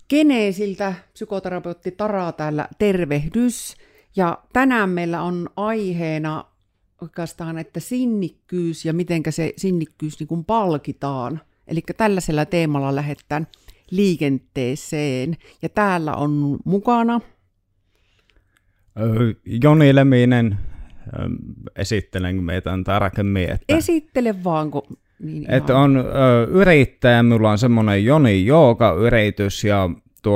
Geneesiltä psykoterapeutti Tara täällä, tervehdys. Ja tänään meillä on aiheena oikeastaan, että sinnikkyys ja mitenkä se sinnikkyys niin kuin palkitaan. Eli tällaisella teemalla lähdetään liikenteeseen. Ja täällä on mukana Joni Leminen, esittelen meitä tarkemmin. Esittele vaan, kun niin että on yrittäjä, minulla on semmoinen Joni Jooga-yritys ja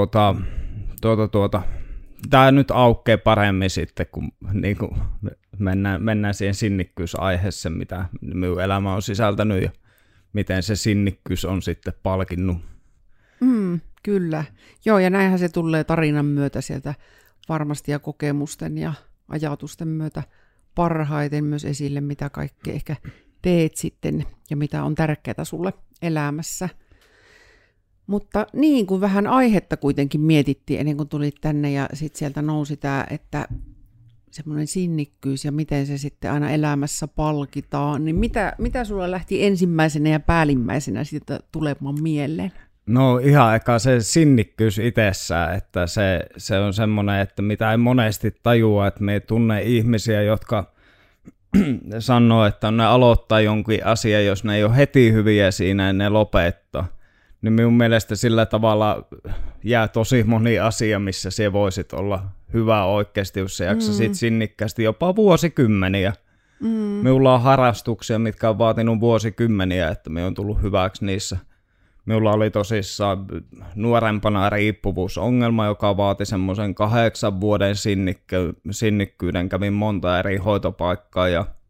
tämä nyt aukeaa paremmin sitten, kun niin kuin mennään siihen sinnikkyysaiheeseen, mitä minun elämä on sisältänyt ja miten se sinnikkyys on sitten palkinnut. Kyllä. Joo, ja näinhän se tulee tarinan myötä sieltä varmasti ja kokemusten ja ajatusten myötä parhaiten myös esille, mitä kaikkea ehkä teet sitten ja mitä on tärkeää sulle elämässä. Mutta niin kuin vähän aihetta kuitenkin mietittiin ennen kuin tulit tänne ja sitten sieltä nousi tämä, että semmoinen sinnikkyys ja miten se sitten aina elämässä palkitaan, niin mitä sulla lähti ensimmäisenä ja päällimmäisenä siitä tulemaan mieleen? No ihan eka se sinnikkyys itsessään, että se on semmoinen, että mitä ei monesti tajua, että me ei tunne ihmisiä, jotka sanoo, että ne aloittaa jonkin asian, jos ne ei ole heti hyviä siinä ja ne lopettaa. Niin minun mielestä sillä tavalla jää tosi moni asia, missä se voisit olla hyvä oikeasti, jos se jaksasit sinnikkäästi jopa vuosikymmeniä. Minulla on harrastuksia, mitkä on vaatinut vuosikymmeniä, että me on tullut hyväksi niissä. Minulla oli tosissaan nuorempana riippuvuusongelma, joka vaati semmoisen 8 vuoden sinnikkyyden. Kävin monta eri hoitopaikkaa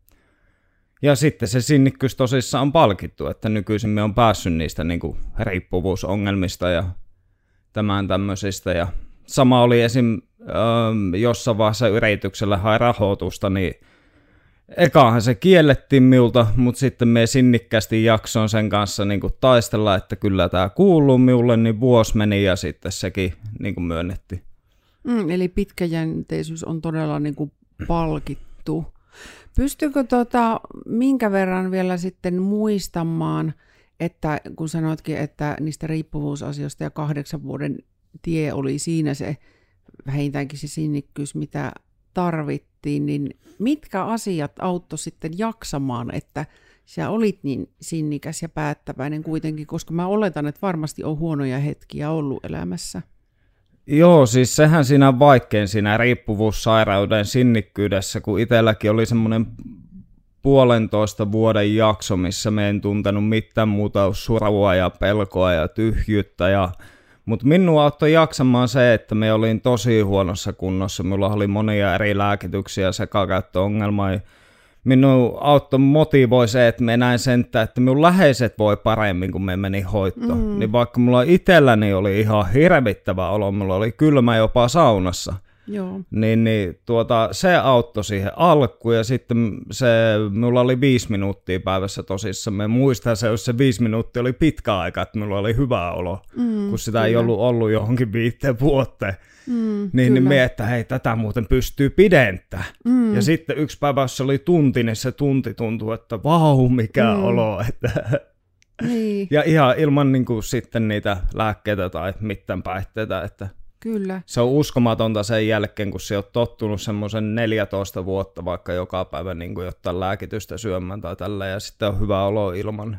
ja sitten se sinnikkyys tosissaan on palkittu, että nykyisin me on päässyt niistä niin kuin riippuvuusongelmista ja tämän tämmöisistä. Ja sama oli esim. Jossain vaiheessa yrityksellä hain rahoitusta, niin ekahan se kiellettiin minulta, mutta sitten me sinnikkäästi jaksoin sen kanssa niin kuin taistella, että kyllä tämä kuuluu minulle, niin vuosi meni ja sitten sekin niin kuin myönnettiin. Eli pitkäjänteisyys on todella niin kuin palkittu. Pystyykö minkä verran vielä sitten muistamaan, että kun sanoitkin, että niistä riippuvuusasioista ja 8 vuoden tie oli siinä se vähintäänkin se sinnikkyys, mitä tarvittiin, niin mitkä asiat auttoi sitten jaksamaan, että sä olit niin sinnikäs ja päättäväinen kuitenkin, koska mä oletan, että varmasti on huonoja hetkiä ollut elämässä. Joo, siis sehän siinä vaikein siinä riippuvuussairauden sinnikkyydessä, kun itselläkin oli semmoinen 1,5 vuoden jakso, missä me en tuntenut mitään muuta surua ja pelkoa ja tyhjyyttä. Mutta minua auttoi jaksamaan se, että me olin tosi huonossa kunnossa. Minulla oli monia eri lääkityksiä, sekakäyttöongelmaa. Minun auttoi motivoi se, että me näin sentään, että minun läheiset voi paremmin, kun me meni hoitoon. Niin vaikka mulla itselläni oli ihan hirvittävä olo, mulla oli kylmä jopa saunassa. Joo. Se auttoi siihen alkuun ja sitten minulla oli 5 minuuttia päivässä tosissaan. Me muistan se, jos se 5 minuuttia oli pitkä aika, että minulla oli hyvä olo, kun sitä kyllä ei ollut johonkin 5 vuoteen. Niin me, että hei, tätä muuten pystyy pidentämään. Ja sitten yksi päivä, jos se oli tunti, niin se tunti tuntui, että vau, mikä olo. Että niin. Ja ihan ilman niin kuin, sitten niitä lääkkeitä tai mitään päihteitä, että kyllä. Se on uskomatonta sen jälkeen, kun se on tottunut semmoisen 14 vuotta vaikka joka päivä niin kuin jotain lääkitystä syömään tai tällä ja sitten on hyvä olo ilman.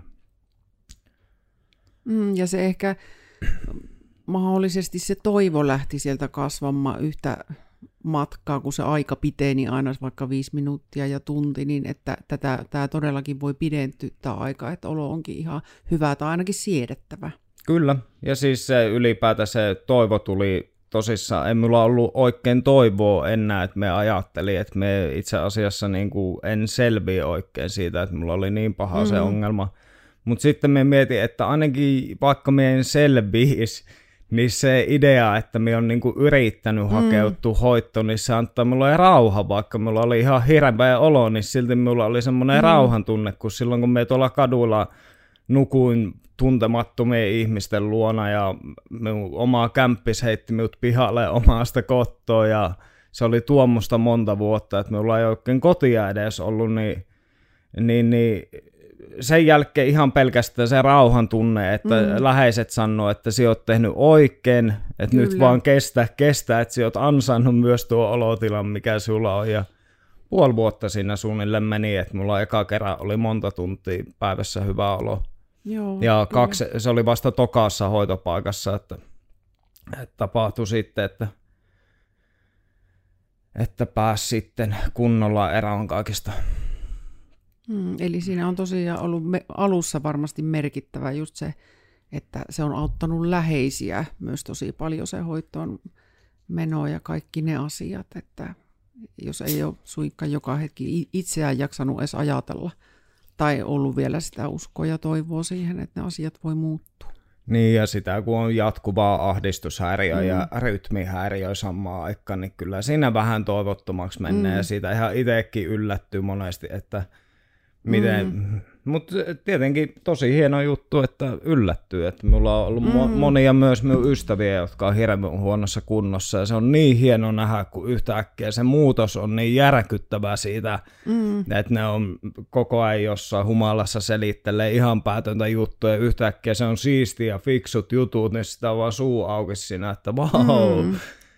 Ja se ehkä mahdollisesti se toivo lähti sieltä kasvamaan yhtä matkaa, kun se aika piteni aina vaikka 5 minuuttia ja tunti, niin että tämä todellakin voi pidentyä tämä aika, että olo onkin ihan hyvä tai ainakin siedettävä. Kyllä, ja siis se ylipäätään se toivo tuli tosissaan, ei mulla ollut oikein toivoa enää, että me ajattelin, että me itse asiassa niin kuin en selviä oikein siitä, että mulla oli niin paha se ongelma. Mutta sitten me mietin, että ainakin vaikka me en selviisi, niin se idea, että me on niinku yrittänyt hakeutua hoitoon, niin se antaa mulle rauha, vaikka mulla oli ihan hirveä olo, niin silti mulla oli semmoinen rauhan tunne, kun silloin kun me tuolla kadulla nukuin tuntemattomien ihmisten luona ja minun oma kämppis heitti minut pihalle omasta kotoa ja se oli tuommoista monta vuotta, että minulla ei oikein kotia edes ollut, niin sen jälkeen ihan pelkästään se rauhan tunne, että läheiset sanoo, että sä oot tehnyt oikein, että nyt vaan kestä, että sä oot ansainnut myös tuo olotilan, mikä sulla on. Ja puoli vuotta siinä suunnilleen meni, että mulla eka kerran oli monta tuntia päivässä hyvä olo. Joo, ja se oli vasta tokaassa hoitopaikassa, että tapahtui sitten, että pääsi sitten kunnolla eroon kaikista. Eli siinä on tosiaan ollut alussa varmasti merkittävä just se, että se on auttanut läheisiä myös tosi paljon se hoitoon meno ja kaikki ne asiat, että jos ei ole suinkaan joka hetki itseään jaksanut edes ajatella tai ollut vielä sitä uskoa ja toivoa siihen, että ne asiat voi muuttua. Niin, ja sitä kun on jatkuvaa ahdistushäiriö ja rytmihäiriö samaan aikaan, niin kyllä siinä vähän toivottomaksi menee, ja siitä ihan itsekin yllättyy monesti, että miten. Mutta tietenkin tosi hieno juttu, että yllättyy, että mulla on ollut monia myös minun ystäviä, jotka on hirveän huonossa kunnossa, ja se on niin hieno nähdä, kun yhtäkkiä se muutos on niin järkyttävää siitä, että ne on koko ajan jossain humalassa selittelee ihan päätöntä juttuja, ja yhtäkkiä se on siistiä ja fiksut jutut, niin sitä on vaan suu auki siinä, että vau.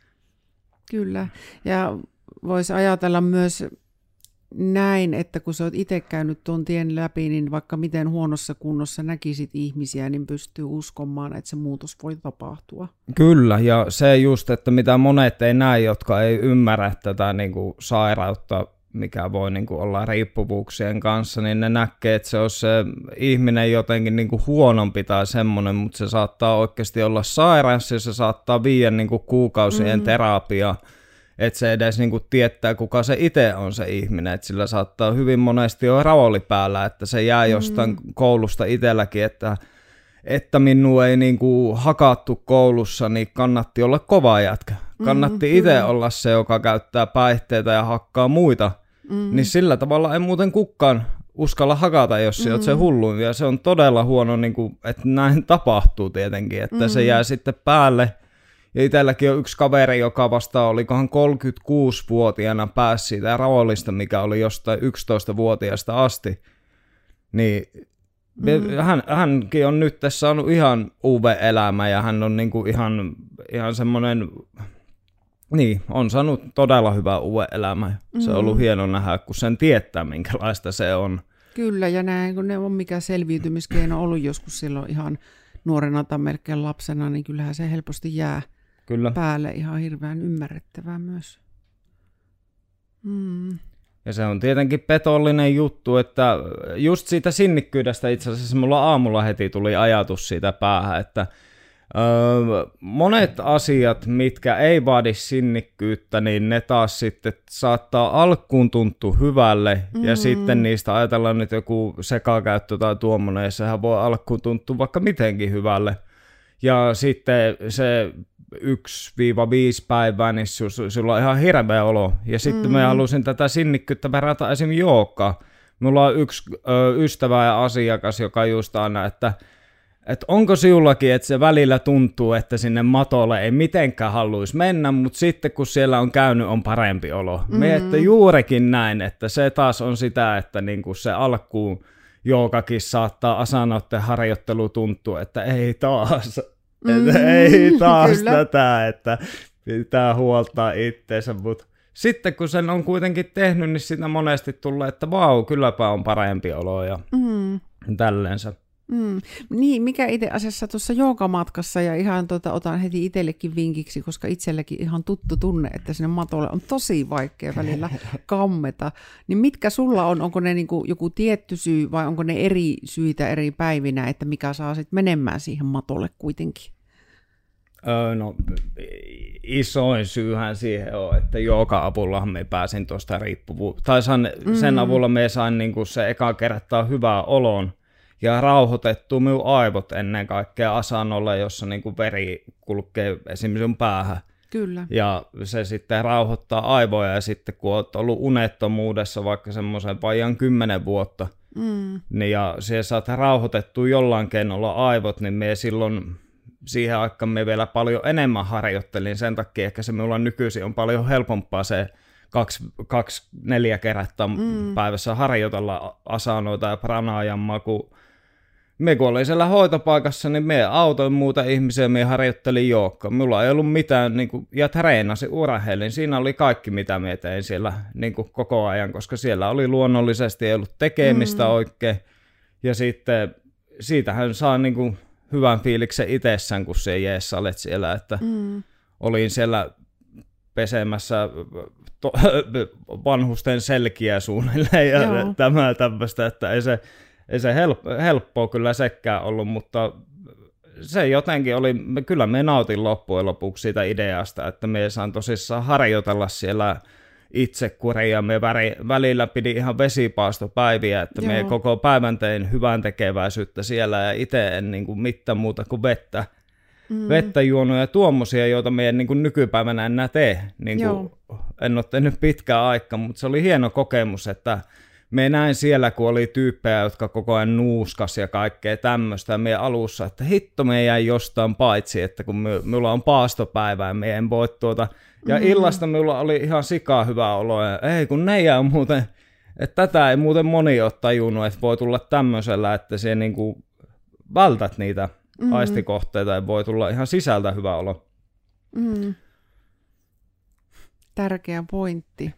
Kyllä, ja voisi ajatella myös näin, että kun sä oot itse käynyt tuon tien läpi, niin vaikka miten huonossa kunnossa näkisit ihmisiä, niin pystyy uskomaan, että se muutos voi tapahtua. Kyllä, ja se just, että mitä monet ei näe, jotka ei ymmärrä tätä niin kuin sairautta, mikä voi niin kuin olla riippuvuuksien kanssa, niin ne näkee, että se on se ihminen jotenkin niin kuin huonompi tai semmoinen, mutta se saattaa oikeasti olla sairas ja se saattaa viedä niin kuin kuukausien terapiaa. Että se edes niinku tietää, kuka se itse on se ihminen, että sillä saattaa hyvin monesti olla rooli päällä, että se jää jostain koulusta itselläkin, että minua ei niinku hakattu koulussa, niin kannatti olla kova jätkä. Kannatti itse olla se, joka käyttää päihteitä ja hakkaa muita, niin sillä tavalla ei muuten kukaan uskalla hakata, jos sä oot se hulluin, ja se on todella huono, niinku, että näin tapahtuu tietenkin, että se jää sitten päälle. Ja itselläkin on yksi kaveri, joka vasta olikohan 36-vuotiaana pääsi siitä roolista, mikä oli jostain 11-vuotiaasta asti. Niin hänkin on nyt saanut ihan UV-elämä ja hän on niinku ihan semmoinen, niin, on saanut todella hyvää UV-elämää. Se on ollut hieno nähdä, kun sen tietää, minkälaista se on. Kyllä, ja näin kun ne on mikä selviytymiskeino ollut joskus silloin ihan nuorena tai melkein lapsena, niin kyllähän se helposti jää. Kyllä. Päälle ihan hirveän ymmärrettävää myös. Ja se on tietenkin petollinen juttu, että just siitä sinnikkyydestä itse asiassa mulla aamulla heti tuli ajatus siitä päähän, että monet asiat, mitkä ei vaadi sinnikkyyttä, niin ne taas sitten saattaa alkuun tuntua hyvälle, ja sitten niistä ajatellaan nyt joku sekakäyttö tai tuommoinen, ja sehän voi alkuun tuntua vaikka mitenkin hyvälle. Ja sitten se 1-5 päivää, niin sulla on ihan hirveä olo. Ja sitten mä halusin tätä sinnikkyyttä verrata esimerkiksi joogaan. Mulla on yksi ystävä ja asiakas, joka just aina, että onko sinullakin, että se välillä tuntuu, että sinne matolle ei mitenkään haluaisi mennä, mutta sitten kun siellä on käynyt, on parempi olo. Me että juurikin näin, että se taas on sitä, että niinku se alkuun joogakin saattaa asanoiden harjoittelu tuntua, että ei taas. Ei taas tätä, että pitää huoltaa itteensä, mutta sitten kun sen on kuitenkin tehnyt, niin sitä monesti tulee, että vau, kylläpä on parempi olo ja tälleensä. Niin, mikä itse asiassa tuossa joogamatkassa, ja ihan otan heti itsellekin vinkiksi, koska itsellekin ihan tuttu tunne, että sinne matolle on tosi vaikea välillä kammeta. Niin mitkä sulla on, onko ne niinku joku tietty syy vai onko ne eri syitä eri päivinä, että mikä saa sitten menemään siihen matolle kuitenkin? No, isoin syyhän siihen on, että jooga-avullahan me pääsin tuosta riippuvuuteen. Tai sen avulla me sain niinku se eka kertaa hyvää olon ja rauhoitettua minun aivot ennen kaikkea asanolle, jossa niinku veri kulkee esimerkiksi sun päähän. Kyllä. Ja se sitten rauhoittaa aivoja, ja sitten kun olet ollut unettomuudessa vaikka semmoisen vajaan 10 vuotta, niin ja siellä saat rauhoitettua jollain keinolla aivot, niin me silloin siihen aikaan me vielä paljon enemmän harjoittelin, sen takia ehkä se minulla nykyisin on paljon helpompaa se 2-4 kertaa päivässä harjoitella asanoita ja pranayammaa, kun olin siellä hoitopaikassa, niin me autoin muuta ihmisiä, me harjoittelin joukkoa. Mulla ei ollut mitään, niin kuin, ja treenasin, urheilin. Siinä oli kaikki, mitä me tein siellä niin kuin koko ajan, koska siellä oli luonnollisesti ei ollut tekemistä oikein. Ja sitten siitähän saa niin kuin hyvän fiiliksen itsessään, kun se jeessalet siellä, että olin siellä pesemässä vanhusten selkiä suunnilleen ja tämmöistä, että ei se helppoa kyllä sekään ollut, mutta se jotenkin oli, kyllä me nautin loppujen lopuksi siitä ideasta, että me saan tosissaan harjoitella siellä itsekuria, me välillä pidi ihan vesipaastopäiviä, että me koko päivän tein hyvän tekeväisyyttä siellä ja itse en niin kuin mitään muuta kuin vettä juonut ja tuommoisia, joita me en niin kuin nykypäivänä enää tee. Niin kuin, en ole tehnyt pitkään aikaa, mutta se oli hieno kokemus, että me näin siellä, kun oli tyyppejä, jotka koko ajan nuuskas ja kaikkea tämmöistä ja meidän alussa, että hitto me jäi jostain paitsi, että kun minulla on paastopäivä ja me en voi ja illasta minulla oli ihan sikaa hyvä olo ja ei kun ne jää muuten, että tätä ei muuten moni ole tajunnut, että voi tulla tämmöisellä, että se niinku vältät niitä aistikohteita ja voi tulla ihan sisältä hyvä olo. Tärkeä pointti.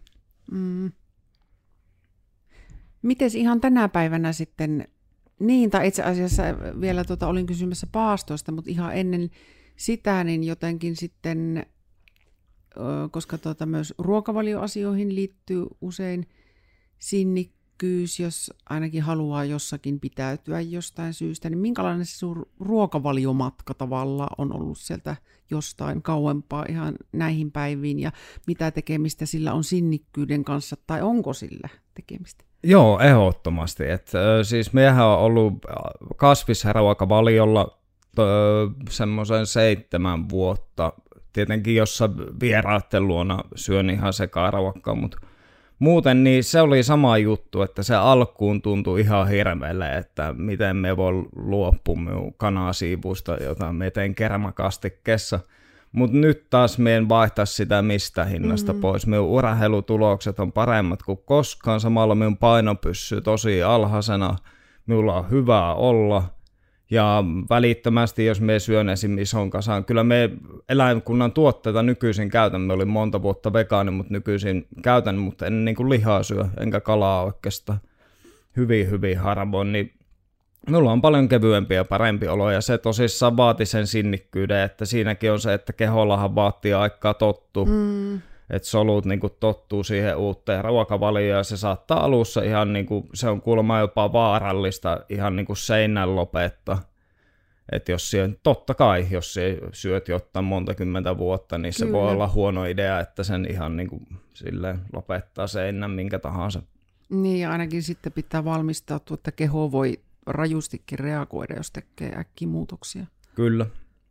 Mites ihan tänä päivänä sitten, niin tai itse asiassa vielä olin kysymässä paastoista, mutta ihan ennen sitä niin jotenkin sitten, koska myös ruokavalioasioihin liittyy usein sinnikkyys, jos ainakin haluaa jossakin pitäytyä jostain syystä, niin minkälainen se sun ruokavaliomatka tavallaan on ollut sieltä jostain kauempaa ihan näihin päiviin ja mitä tekemistä sillä on sinnikkyyden kanssa tai onko sillä tekemistä? Joo, ehdottomasti. Siis miehän on ollut kasvisruokavaliolla semmoisen 7 vuotta. Tietenkin jossa vieraiden luona syön ihan sekaruokkaa, mutta muuten niin se oli sama juttu, että se alkuun tuntui ihan hirveelle, että miten me voi luopua minun kanasiivusta, jota me teen kermakastikkeessa. Mutta nyt taas me en vaihtaa sitä mistä hinnasta pois. Minun urheilutulokset on paremmat kuin koskaan. Samalla minun paino pysyy tosi alhaisena. Minulla on hyvää olla. Ja välittömästi, jos me syön esimerkiksi ison kasaan, kyllä me eläinkunnan tuotteita nykyisin käytän. Me olin monta vuotta vegaani, mutta nykyisin käytän, mutta en niin kuin lihaa syö, enkä kalaa oikeastaan. Hyvin harvoin, niin minulla on paljon kevyempi ja parempi olo, ja se tosissaan vaati sen sinnikkyyden, että siinäkin on se, että kehollahan vaatii aikaa tottua, että solut niin kuin tottuu siihen uuteen ruokavalioon, ja se saattaa alussa ihan, niin kuin, se on kuulemma jopa vaarallista ihan niin kuin seinän lopettaa. Että jos totta kai, jos syöt jotain monta kymmentä vuotta, niin se voi olla huono idea, että sen ihan niin kuin silleen lopettaa seinän minkä tahansa. Niin, ja ainakin sitten pitää valmistautua, että keho voi rajustikin reagoida, jos tekee äkkimuutoksia. Kyllä.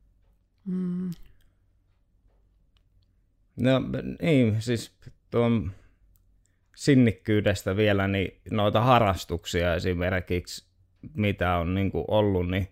No niin, siis tuon sinnikkyydestä vielä, niin noita harrastuksia esimerkiksi, mitä on niin kuin ollut, niin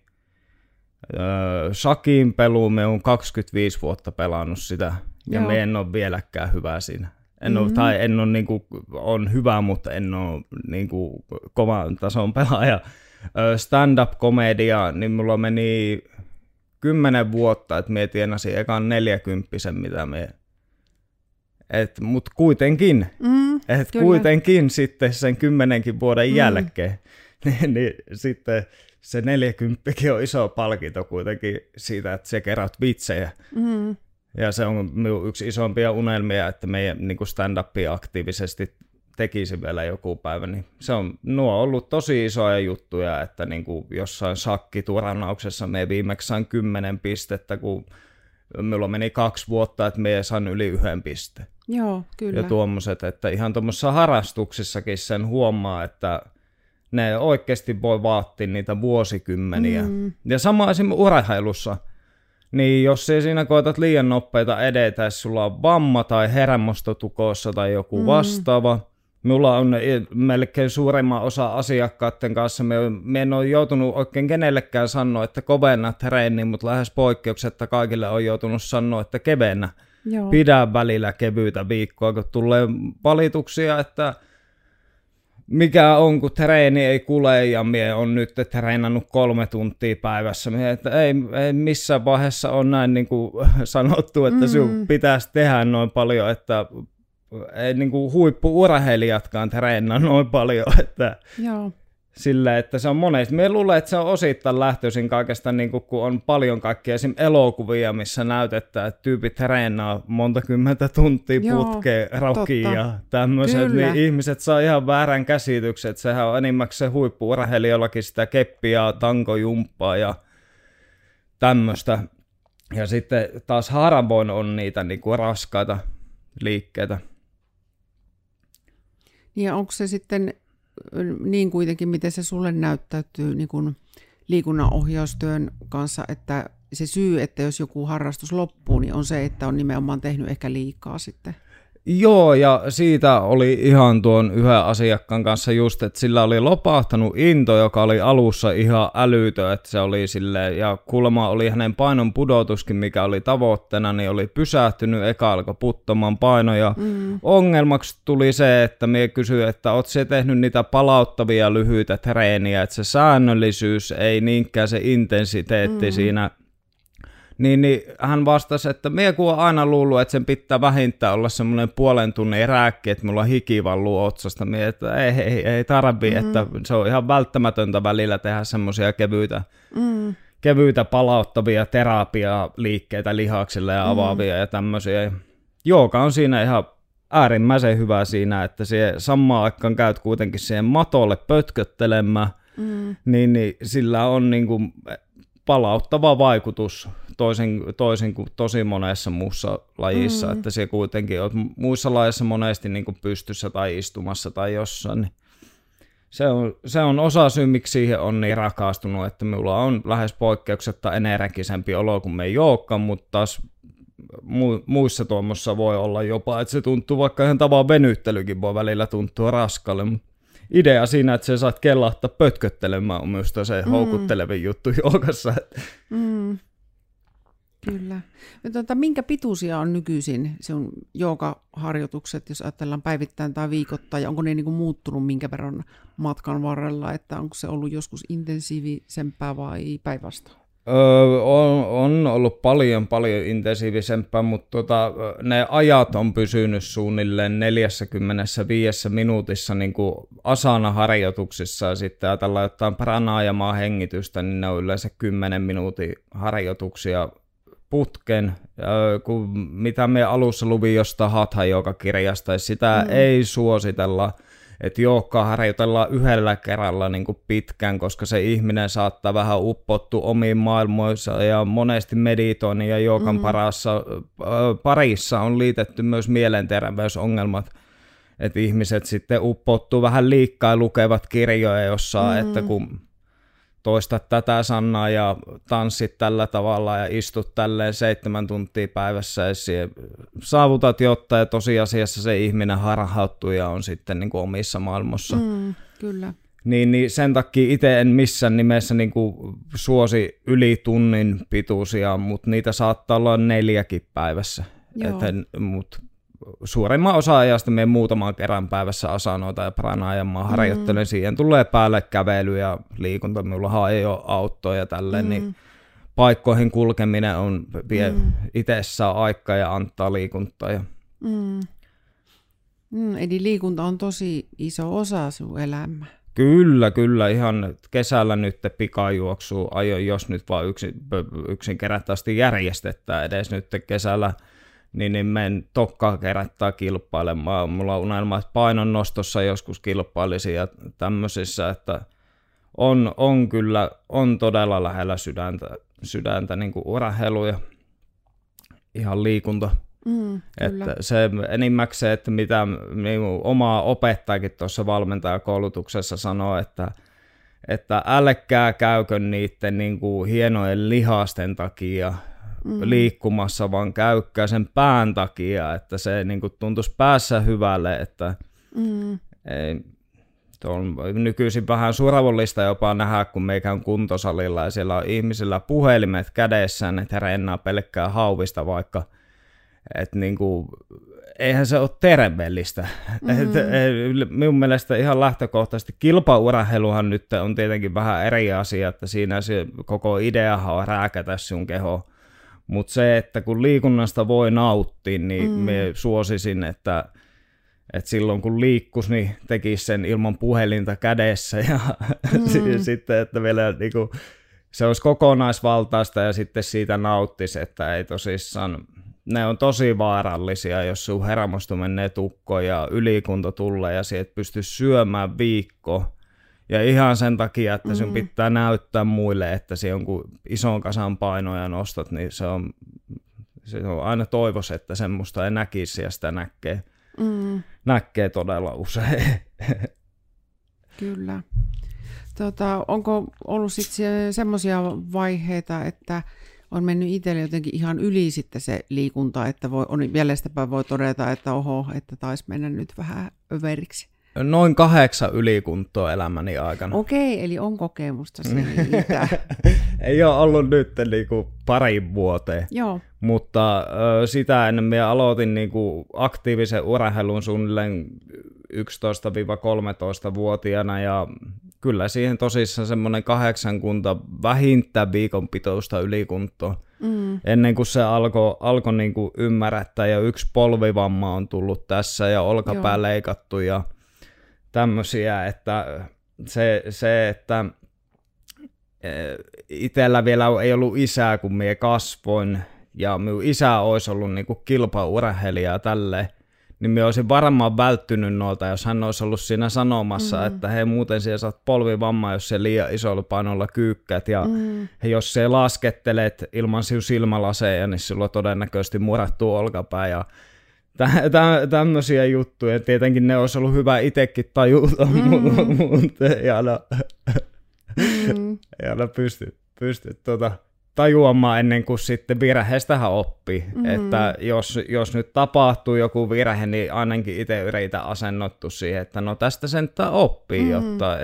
shakin pelu, me on 25 vuotta pelannut sitä, ja me en ole vieläkään hyvä siinä. En ole niinku, on hyvä, mutta en ole niinku kovan tason pelaaja. Stand-up-komedia, niin mulla meni 10 vuotta, että me tienasin ekan 40, mitä me... Mutta kuitenkin, kuitenkin sitten sen 10 vuoden jälkeen, niin sitten se 40 on iso palkinto kuitenkin siitä, että se kerrot vitsejä. Ja se on minun yksi isompia unelmia, että meidän niin kuin stand-upia aktiivisesti tekisi vielä joku päivä. Niin nuo on ollut tosi isoja juttuja, että niin kuin jossain shakkituranauksessa me viimeksi sain 10 pistettä, kun minulla meni 2 vuotta, että me sain yli 1 pisteen. Joo, kyllä. Ja tuommoiset, että ihan tuommoisissa harrastuksissakin sen huomaa, että ne oikeasti voi vaatia niitä vuosikymmeniä. Ja sama esimerkiksi urheilussa. Niin jos ei siinä koetat liian nopeita edetä, jos sulla on vamma tai hermostotukossa tai joku vastaava. Minulla on melkein suurimman osa asiakkaiden kanssa. Me en ole joutunut oikein kenellekään sanoa, että kovenna treeni, mutta lähes poikkeuksetta kaikille on joutunut sanoa, että kevennä. pidä välillä kevyitä viikkoa, kun tulee valituksia, että mikä on, kun treeni ei kule ja mie on nyt treenannut 3 tuntia päivässä. Mie, että ei missään vaiheessa ole näin niin kuin sanottu, että sinun pitäisi tehdä noin paljon, että ei niin kuin huippu-urheilijatkaan treenaa noin paljon. Että sillä, että se on monesti. Mie luulen, että se on osittain lähtöisin kaikesta, niin kuin, kun on paljon kaikkia esimerkiksi elokuvia, missä näytetään, että tyypit treenaa monta kymmentä tuntia putkeen rokia ja tämmöiset, niin ihmiset saa ihan väärän käsityksen, että sehän on enimmäkseen huippu-urheilijoillakin sitä keppiä, tankojumppaa ja tämmöistä. Ja sitten taas harvoin on niitä niin kuin raskaita liikkeitä. Ja onko se sitten niin kuitenkin, miten se sulle näyttäytyy niin kuin liikunnan ohjaustyön kanssa, että se syy, että jos joku harrastus loppuu, niin on se, että on nimenomaan tehnyt ehkä liikaa sitten? Joo, ja siitä oli ihan tuon yhden asiakkaan kanssa just, että sillä oli lopahtanut into, joka oli alussa ihan älytö, että se oli silleen, ja kuulemma oli hänen painon pudotuskin, mikä oli tavoitteena, niin oli pysähtynyt, eka alkoi puttamaan painoja. Ongelmaksi tuli se, että mie kysyin, että oot se tehnyt niitä palauttavia lyhyitä treeniä, että se säännöllisyys ei niinkään se intensiteetti siinä. Niin hän vastasi, että mie kun on aina luullut, että sen pitää vähintään olla semmoinen 0,5 tunnin rääkki, että mulla hiki valluu otsasta. Mie, että ei tarvii, että se on ihan välttämätöntä välillä tehdä semmoisia kevyitä palauttavia terapialiikkeitä lihaksille ja avaavia ja tämmöisiä. Jooga on siinä ihan äärimmäisen hyvä siinä, että siihen samaan aikaan käyt kuitenkin siihen matolle pötköttelemään, niin sillä on niinku palauttava vaikutus toisin kuin tosi monessa muussa lajissa, että se kuitenkin on muissa lajeissa monesti niin kuin pystyssä tai istumassa tai jossain. Niin se on osa syy, miksi siihen on niin rakastunut, että minulla on lähes poikkeuksetta energisempi olo kuin me jookkaan, mutta taas muissa tuommoissa voi olla jopa, että se tuntuu, vaikka ihan tavan venyttelykin voi välillä tuntua raskalle, mutta idea siinä, että sä saat kellahtaa pötköttelemään, on myös se houkuttelevin juttu joogassa. Kyllä. Minkä pituisia on nykyisin sinun joogaharjoitukset, jos ajatellaan päivittäin tai viikoittain, ja onko ne niin kuin muuttunut minkä verran matkan varrella, että onko se ollut joskus intensiivisempää vai päinvastoin? On ollut paljon intensiivisempää, mutta ne ajat on pysynyt suunnilleen 45 minuutissa niin kuin asana-harjoituksissa, ja sitten ajatellaan jotain pranajamaa hengitystä, niin ne on yleensä 10 minuutin harjoituksia putken, mitä me alussa luvin jostain Hatha-joogakirjasta, ja sitä ei suositella, että joogaa harjoitellaan yhdellä kerralla niin kuin pitkään, koska se ihminen saattaa vähän uppottua omiin maailmoissa, ja monesti meditoinnin ja joogan parissa on liitetty myös mielenterveysongelmat, että ihmiset sitten uppottuu vähän liikaa ja lukevat kirjoja jossain, että kun toistat tätä sanaa ja tanssit tällä tavalla ja istut tälleen 7 tuntia päivässä ja saavutat jotain ja tosiasiassa se ihminen harhauttuu ja on sitten niin kuin omissa maailmassa. Kyllä. Niin sen takia itse en missään nimessä niin kuin suosi yli tunnin pituisia, mutta niitä saattaa olla 4 päivässä. Mutta suurimman osa ajasta me muutaman kerran päivässä asanoita ja pranajamaa harjoittelen. Siihen tulee päälle kävely ja liikunta. Minullahan ei ole autoa ja tälleen, niin paikkoihin kulkeminen on vie itsessään aikaa ja antaa liikuntaa. Eli liikunta on tosi iso osa sun elämää. Kyllä. Ihan kesällä nyt pikajuoksua ajoin, jos nyt vaan yksinkertaisesti järjestetään edes nyt kesällä. Niin menen tokkaa kerättää kilpailemaan. Mulla on unelma, että painonnostossa joskus kilpailisin ja tämmöisissä, että on todella lähellä sydäntä niin kuin urheilu ja ihan liikunta. Että se enimmäkseen, että mitä niin oma opettajakin tuossa valmentajakoulutuksessa sanoo, että älkää käykö niiden niin kuin hienojen lihasten takia liikkumassa, vaan käykää sen pään takia, että se niin kuin tuntuisi päässä hyvälle, että ei, on nykyisin vähän suravollista jopa nähdä, kun meikä on kuntosalilla ja siellä on ihmisillä puhelimet kädessään, että he rennaa pelkkää hauvista, vaikka että niinku, eihän se ole terveellistä. Minun mielestä ihan lähtökohtaisesti kilpaurheiluhan nyt on tietenkin vähän eri asia, että siinä se koko ideahan on rääkätä sun keho. Mutta se, että kun liikunnasta voi nauttia, niin me suosisin, että silloin kun liikkuisi, niin tekisi sen ilman puhelinta kädessä ja sitten, että vielä niinku, se olisi kokonaisvaltaista ja sitten siitä nauttisi, että ei tosissaan, ne on tosi vaarallisia, jos sun hermosto menee tukkoon ja ylikunto tulee ja sieltä pystyy syömään viikko. Ja ihan sen takia, että sun pitää näyttää muille, että se jonkun ison kasan painoja nostat, niin se on aina toivossa, että semmoista ei näkisi ja sitä näkee todella usein. Kyllä. Onko ollut sitten semmoisia vaiheita, että on mennyt itselle jotenkin ihan yli sitten se liikunta, että jäljestäpäin voi todeta, että oho, että taisi mennä nyt vähän överiksi? Noin 8 ylikuntoa elämäni aikana. Okei, eli on kokemusta siitä. Ei ole ollut nyt niinku parin vuoteen. Joo. Mutta sitä ennen minä aloitin niinku aktiivisen urheilun suunnilleen 11-13-vuotiaana ja kyllä siihen tosissaan semmoinen 8 vähintään viikon pituista ylikuntoa. Ennen kuin se alkoi niinku ymmärrättää ja 1 polvivamma on tullut tässä ja olkapää leikattu ja tämmöisiä, että se että itsellä vielä ei ollut isää, kun minä kasvoin, ja minun isä olisi ollut niinku kilpaurheilija ja tälleen, niin minä olisin varmaan välttynyt noilta, jos hän olisi ollut siinä sanomassa, että hei, muuten siellä saat polvivamma, jos se liian isolla painolla kyykkäät, ja jos se laskettelet ilman sinun silmälaseja, niin silloin todennäköisesti murattuu olkapää, ja tämmöisiä juttuja. Tietenkin ne olisi ollut hyvä itsekin tajuta, mutta ei aina pysty tajuamaan ennen kuin sitten virheestähän oppii. Että jos nyt tapahtuu joku virhe, niin ainakin itse yritä asennottua siihen, että no tästä sentään oppii, jotta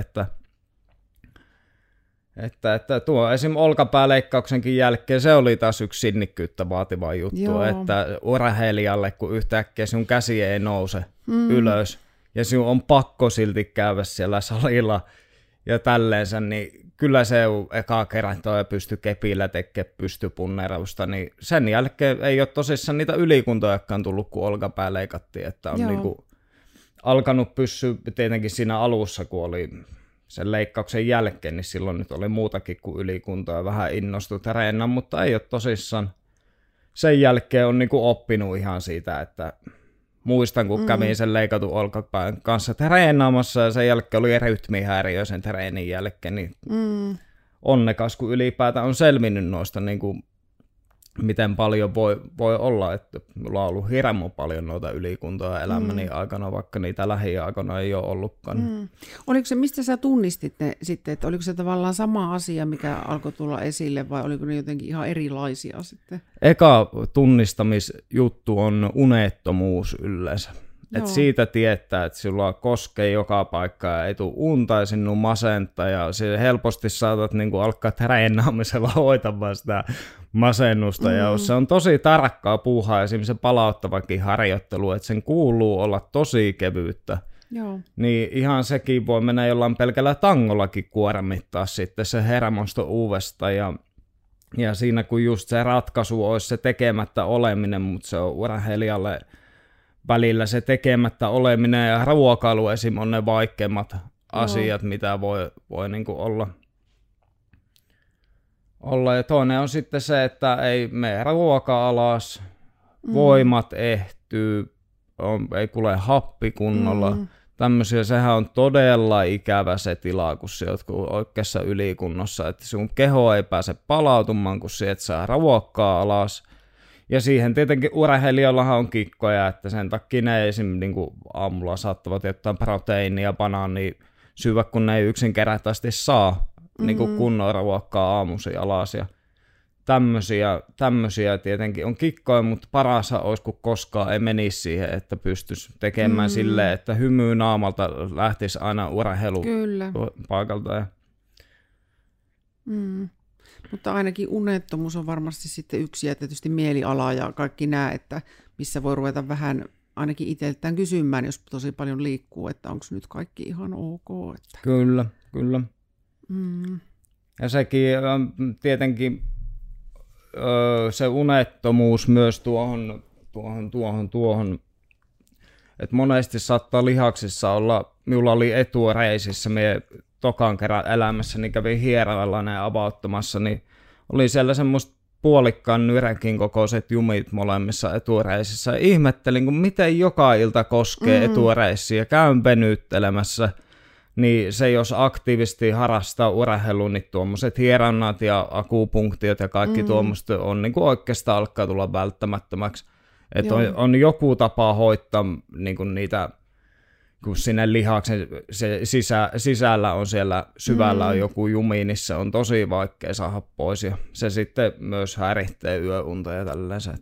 että tuo esim. Olkapääleikkauksenkin jälkeen se oli taas yksi sinnikkyyttä vaativa juttu, että urheilijalle kun yhtäkkiä sun käsi ei nouse ylös ja sinun on pakko silti käydä siellä salilla ja tälleensä, niin kyllä se eka kerran toi pysty kepillä tekemään pystypunnerausta, niin sen jälkeen ei ole tosissaan niitä ylikuntojakaan tullut, kun olkapää leikattiin, että on niinku alkanut pysyä tietenkin siinä alussa, kun oli sen leikkauksen jälkeen, niin silloin nyt oli muutakin kuin ylikuntoa ja vähän innostui treenaan, mutta ei ole tosissaan. Sen jälkeen on niinku oppinut ihan siitä, että muistan, kun kävin sen leikatun olkapään kanssa treenaamassa ja sen jälkeen oli rytmihäiriö sen treenin jälkeen, niin onnekas, kun ylipäätään on selvinnyt noista, niin kuin, miten paljon voi olla, että mulla on ollut hirmu paljon noita ylikuntoja elämäni aikana, vaikka niitä lähiaikoina ei ole ollutkaan. Oliko se, mistä sä tunnistit ne sitten, että oliko se tavallaan sama asia, mikä alkoi tulla esille, vai oliko ne jotenkin ihan erilaisia sitten? Eka tunnistamisjuttu on unettomuus yleensä. Et siitä tietää, että sulla koskee joka paikka ja ei tule unta ja sinun masenta ja helposti saatat niinku alkaa treenaamisella hoitamaan sitä masennusta. Ja se on tosi tarkkaa puuhaa, esimerkiksi se palauttavakin harjoittelu, että sen kuuluu olla tosi kevyyttä. Niin ihan sekin voi mennä jollain pelkällä tangollakin kuormittaa sitten se hermosto uudestaan ja siinä kun just se ratkaisu olisi se tekemättä oleminen, mutta se on urheilijalle välillä se tekemättä oleminen ja ruokailu esim. On ne vaikeimmat asiat, mitä voi niinku olla. Ja toinen on sitten se, että ei mene ruoka alas, voimat ehtyy, ei kule happi kunnolla. Tämmöisiä, sehän on todella ikävä se tila, kun sä oot oikeassa ylikunnossa, että sun keho ei pääse palautumaan, kun sä et saa ruokkaa alas. Ja siihen tietenkin urheilijoillahan on kikkoja, että sen takia ne esimerkiksi niin aamulla saattavat jotain proteiinia, banaania syödä, kun ne ei yksinkertaisesti saa niin kunnon ruokkaa aamuisin alas. Ja tämmöisiä tietenkin on kikkoja, mutta parasta olisi, kun koskaan ei menisi siihen, että pystyisi tekemään silleen, että hymy naamalta lähtisi aina urheilupaikalta. Mutta ainakin unettomuus on varmasti sitten yksi ja tietysti mieliala ja kaikki nämä, että missä voi ruveta vähän ainakin itseltään kysymään, jos tosi paljon liikkuu, että onko nyt kaikki ihan ok. Että... Kyllä. Ja sekin tietenkin se unettomuus myös tuohon, että monesti saattaa lihaksissa olla, minulla oli etureisissä, minä tokan kerran elämässäni kävin hieroillainen avauttamassa, niin oli siellä semmoista puolikkaan nyräkin kokoiset jumit molemmissa etureisissä. Ihmettelin, kun miten joka ilta koskee etureisiä ja käyn venyttelemässä, niin se jos aktiivisesti harrastaa urheilun, niin tuommoiset hieronnat ja akupunktiot ja kaikki tuommoista on niin kuin oikeastaan alkaa tulla välttämättömäksi. Että on joku tapa hoitaa niin kuin niitä, kun sinne lihaksen sisällä on siellä syvällä on joku jumi, niin se on tosi vaikea saada pois. Ja se sitten myös häiritsee yöunta ja tällaisen.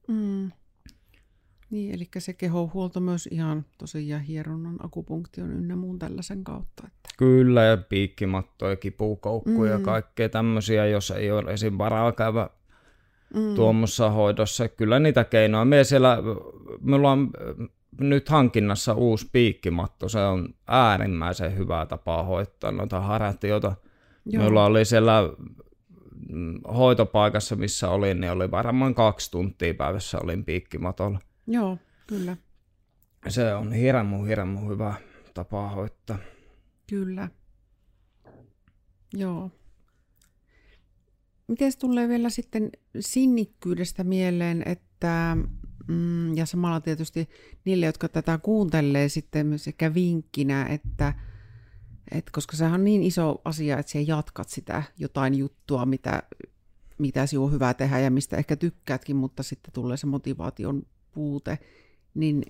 Niin, eli se kehonhuolto myös ihan tosiaan hieronnan, akupunktion ynnä muun tällaisen kautta. Että... Kyllä, ja piikkimattoja, kipukoukkuja ja kaikkea tämmöisiä, jos ei ole esim. Varaa käydä tuommoissa hoidossa. Kyllä niitä keinoja. Minulla on nyt hankinnassa uusi piikkimatto. Se on äärimmäisen hyvä tapa hoitaa noita hartioita. Minulla oli siellä hoitopaikassa, missä olin, niin oli varmaan 2 tuntia päivässä olin piikkimatolla. Joo, kyllä. Se on hirmu hyvä tapa hoitaa. Kyllä. Joo. Miten tulee vielä sitten sinnikkyydestä mieleen, että ja samalla tietysti niille, jotka tätä kuuntelee sitten sekä vinkkinä, että koska sehän on niin iso asia, että sä jatkat sitä jotain juttua, mitä sinun on hyvä tehdä ja mistä ehkä tykkäätkin, mutta sitten tulee se motivaation puute, niin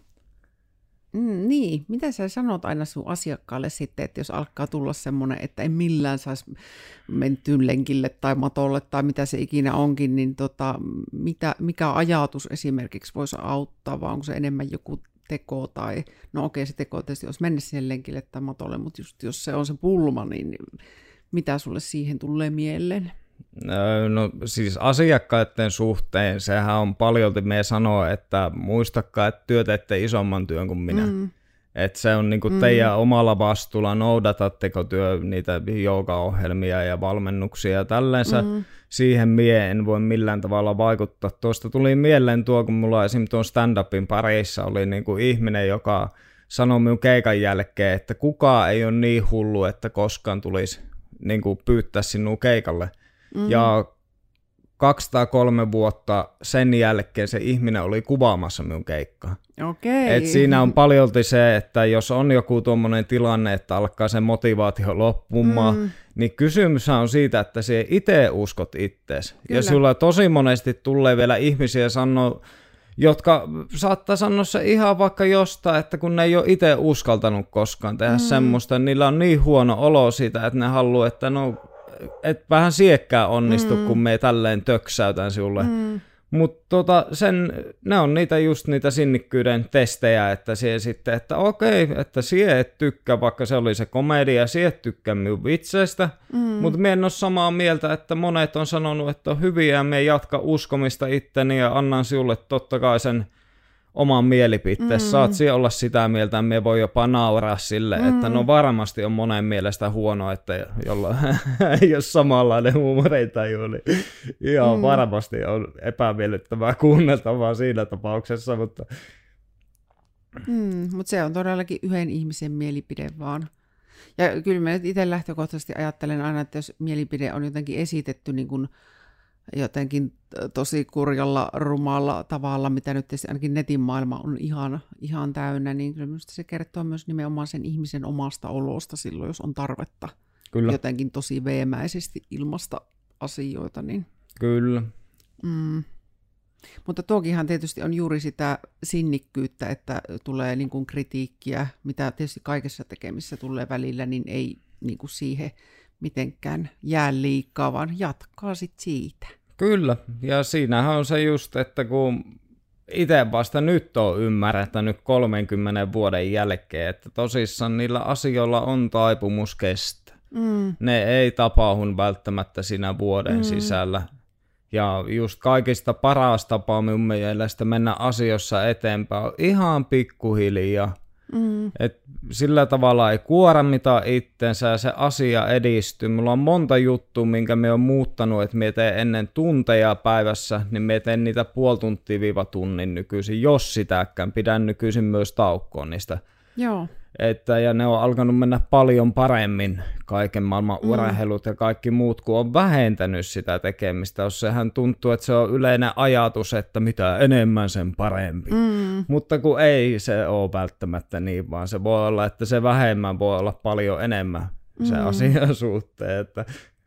mitä sä sanot aina sun asiakkaalle sitten, että jos alkaa tulla semmoinen, että ei millään saisi mentyyn lenkille tai matolle tai mitä se ikinä onkin, niin mikä ajatus esimerkiksi voisi auttaa, vai onko se enemmän joku teko tai, no okei, se teko tietysti olisi mennä sinne lenkille tai matolle, mutta just jos se on se pulma, niin mitä sulle siihen tulee mieleen? No siis asiakkaiden suhteen, sehän on paljolti me sanoo, että muistakaa, että työ teette isomman työn kuin minä. Että se on niinku teidän omalla vastuulla, noudatatteko työ niitä joogaohjelmia ja valmennuksia ja tällensä. Siihen mie en voi millään tavalla vaikuttaa. Tuosta tuli mieleen tuo, kun mulla esimerkiksi tuon stand-upin parissa oli niinku ihminen, joka sanoi minun keikan jälkeen, että kukaan ei ole niin hullu, että koskaan tulisi niinku pyytää sinua keikalle. Ja 203 vuotta sen jälkeen se ihminen oli kuvaamassa minun keikkaa. Okei. Et siinä on paljolti se, että jos on joku tuommoinen tilanne, että alkaa se motivaatio loppumaan, niin kysymys on siitä, että sinä itse uskot ittees. Ja sulla tosi monesti tulee vielä ihmisiä jotka saattaa sanoa se ihan vaikka jostain, että kun ne ei ole itse uskaltanut koskaan tehdä semmoista, niin niillä on niin huono olo siitä, että ne haluaa, että et vähän siekkää onnistu, kun me tälleen töksäytän sinulle. Mutta ne on niitä sinnikkyyden testejä, että sitten, että okei, että sie et tykkää, vaikka se oli se komedia, sie et tykkää minun vitseistä, mutta minä en ole samaa mieltä, että monet on sanonut, että on hyviä ja minä jatka uskomista itteni ja annan sinulle totta kai sen oman mielipiteen. Saat siellä olla sitä mieltä, että me voi jopa nauraa sille, että no varmasti on monen mielestä huono, että jolla ei ole samanlainen huumorintaju, niin ihan varmasti on epämiellyttävää kuunneltavaa siinä tapauksessa. Mutta se on todellakin yhden ihmisen mielipide vaan. Ja kyllä mä itse lähtökohtaisesti ajattelen aina, että jos mielipide on jotenkin esitetty niin kuin jotenkin tosi kurjalla, rumalla tavalla, mitä nyt ainakin netin maailma on ihan täynnä, niin kyllä minusta se kertoo myös nimenomaan sen ihmisen omasta olosta silloin, jos on tarvetta jotenkin tosi veemäisesti ilmasta asioita. Niin. Kyllä. Mutta tuokinhan tietysti on juuri sitä sinnikkyyttä, että tulee niin kuin kritiikkiä, mitä tietysti kaikessa tekemissä tulee välillä, niin ei niin kuin siihen mitenkään jää liikaa, vaan jatkaa sit siitä. Kyllä, ja siinähän on se just, että kun itse vasta nyt on ymmärtänyt 30 vuoden jälkeen, että tosissaan niillä asioilla on taipumus kestää. Ne ei tapahdu välttämättä siinä vuoden sisällä. Ja just kaikista paras tapa minun mielestä mennä asioissa eteenpäin on ihan pikkuhiljaa. Et sillä tavalla ei kuormita itsensä ja se asia edistyy. Mulla on monta juttua, minkä me on muuttanut, että me teen ennen tunteja päivässä, niin me teen niitä puoli tuntia-tunnin nykyisin, jos sitäkään. Pidän nykyisin myös taukoon niistä. Joo. Ja ne on alkanut mennä paljon paremmin, kaiken maailman urheilut ja kaikki muut, kun on vähentänyt sitä tekemistä. Jos sehän tuntuu, että se on yleinen ajatus, että mitä enemmän sen parempi. Mutta kun ei se ole välttämättä niin, vaan se voi olla, että se vähemmän voi olla paljon enemmän se asian suhteen. Että...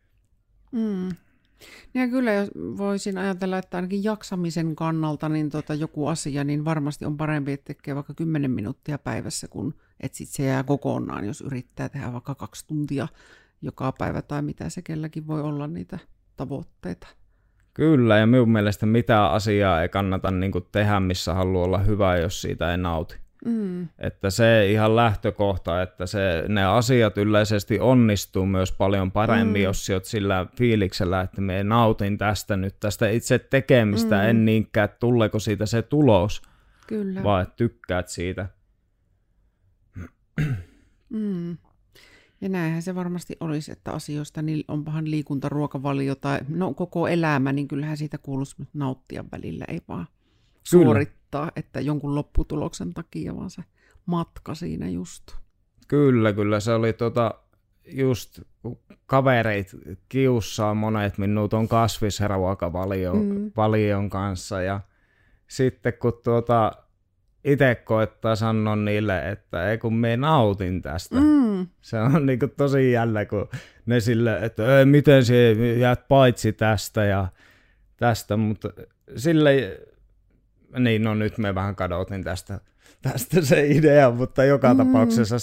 Ja kyllä jos voisin ajatella, että ainakin jaksamisen kannalta niin joku asia, niin varmasti on parempi, että tekee vaikka 10 minuuttia päivässä, kun et sit se jää kokonaan, jos yrittää tehdä vaikka 2 tuntia joka päivä tai mitä se kelläkin voi olla niitä tavoitteita. Kyllä, ja minun mielestä mitään asiaa ei kannata niin kuin tehdä, missä haluaa olla hyvä, jos siitä ei nauti. Että se ihan lähtökohta, että ne asiat yleisesti onnistuu myös paljon paremmin, jos olet sillä fiiliksellä, että me nautin tästä itse tekemistä, en niinkään, että tuleeko siitä se tulos, Kyllä. vaan että tykkäät siitä. Ja näinhän se varmasti olisi, että asioista niin onpahan liikuntaruokavalio tai koko elämä, niin kyllähän siitä kuuluisi nauttia välillä, ei vaan suorittaa, että jonkun lopputuloksen takia, vaan se matka siinä just. Kyllä, se oli just kavereit kiussaa monet minut on kasvisruokavalion kanssa ja sitten kun itse koettaa sanoa niille, että ei kun me nautin tästä. Se on niinku tosi jännä, kun ne sille, että miten se jäät paitsi tästä ja tästä, mutta sille, niin no nyt me vähän kadotin tästä se idea, mutta joka tapauksessa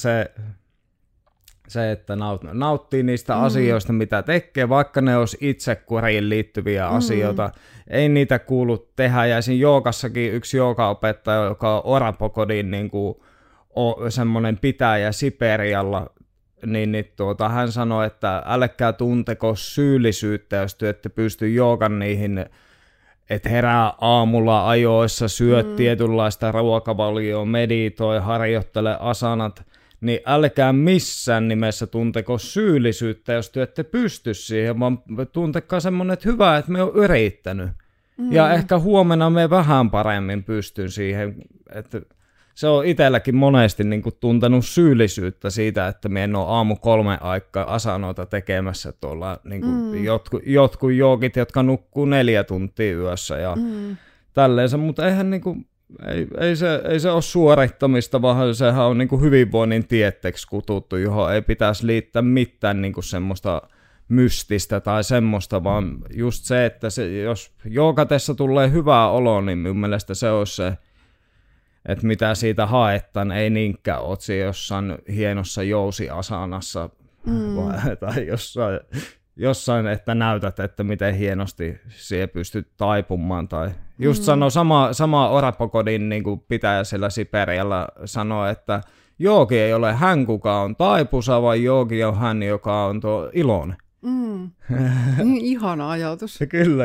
se että nauttii niistä asioista, mitä tekee, vaikka ne olisi itsekuriin liittyviä asioita. Ei niitä kuulu tehdä. Ja siinä jookassakin yksi joogaopettaja, joka on Orapokodin niin kuin, semmoinen pitäjä Siperialla, niin hän sanoi, että älkää tunteko syyllisyyttä, jos te ette pysty joogan niihin, että herää aamulla ajoissa, syöt tietynlaista ruokavalioa, meditoi, harjoittele asanat, niin älkää missään nimessä tunteko syyllisyyttä, jos te ette pysty siihen, vaan tuntekaa semmoinen, että hyvä, että me on yrittänyt. Ja ehkä huomenna me vähän paremmin pystyn siihen, että se on itselläkin monesti niin kuin tuntenut syyllisyyttä siitä, että me en ole aamu 3 aikaa asanoita tekemässä tuolla niin kuin jotkut joogit, jotka nukkuu 4 tuntia yössä ja tälleensä, mutta eihän niin kuin, ei se ole suorittamista, vaan sehän on niin kuin hyvinvoinnin tietteeksi kututtu, johon ei pitäisi liittää mitään niin kuin semmoista mystistä tai semmoista, vaan just se, että jos joogatessa tulee hyvää oloa, niin minun mielestä se olisi se, että mitä siitä haetaan, ei niinkään ole siinä jossain hienossa jousiasanassa tai jossain, että näytät, että miten hienosti siihen pystyt taipumaan. Tai just sama Orapokodin niin kuin pitäjä siellä Siperialla sanoi, että joogi ei ole hän, kuka on taipusa, vaan joogi on hän, joka on tuo iloinen. Ihana ajatus. Kyllä.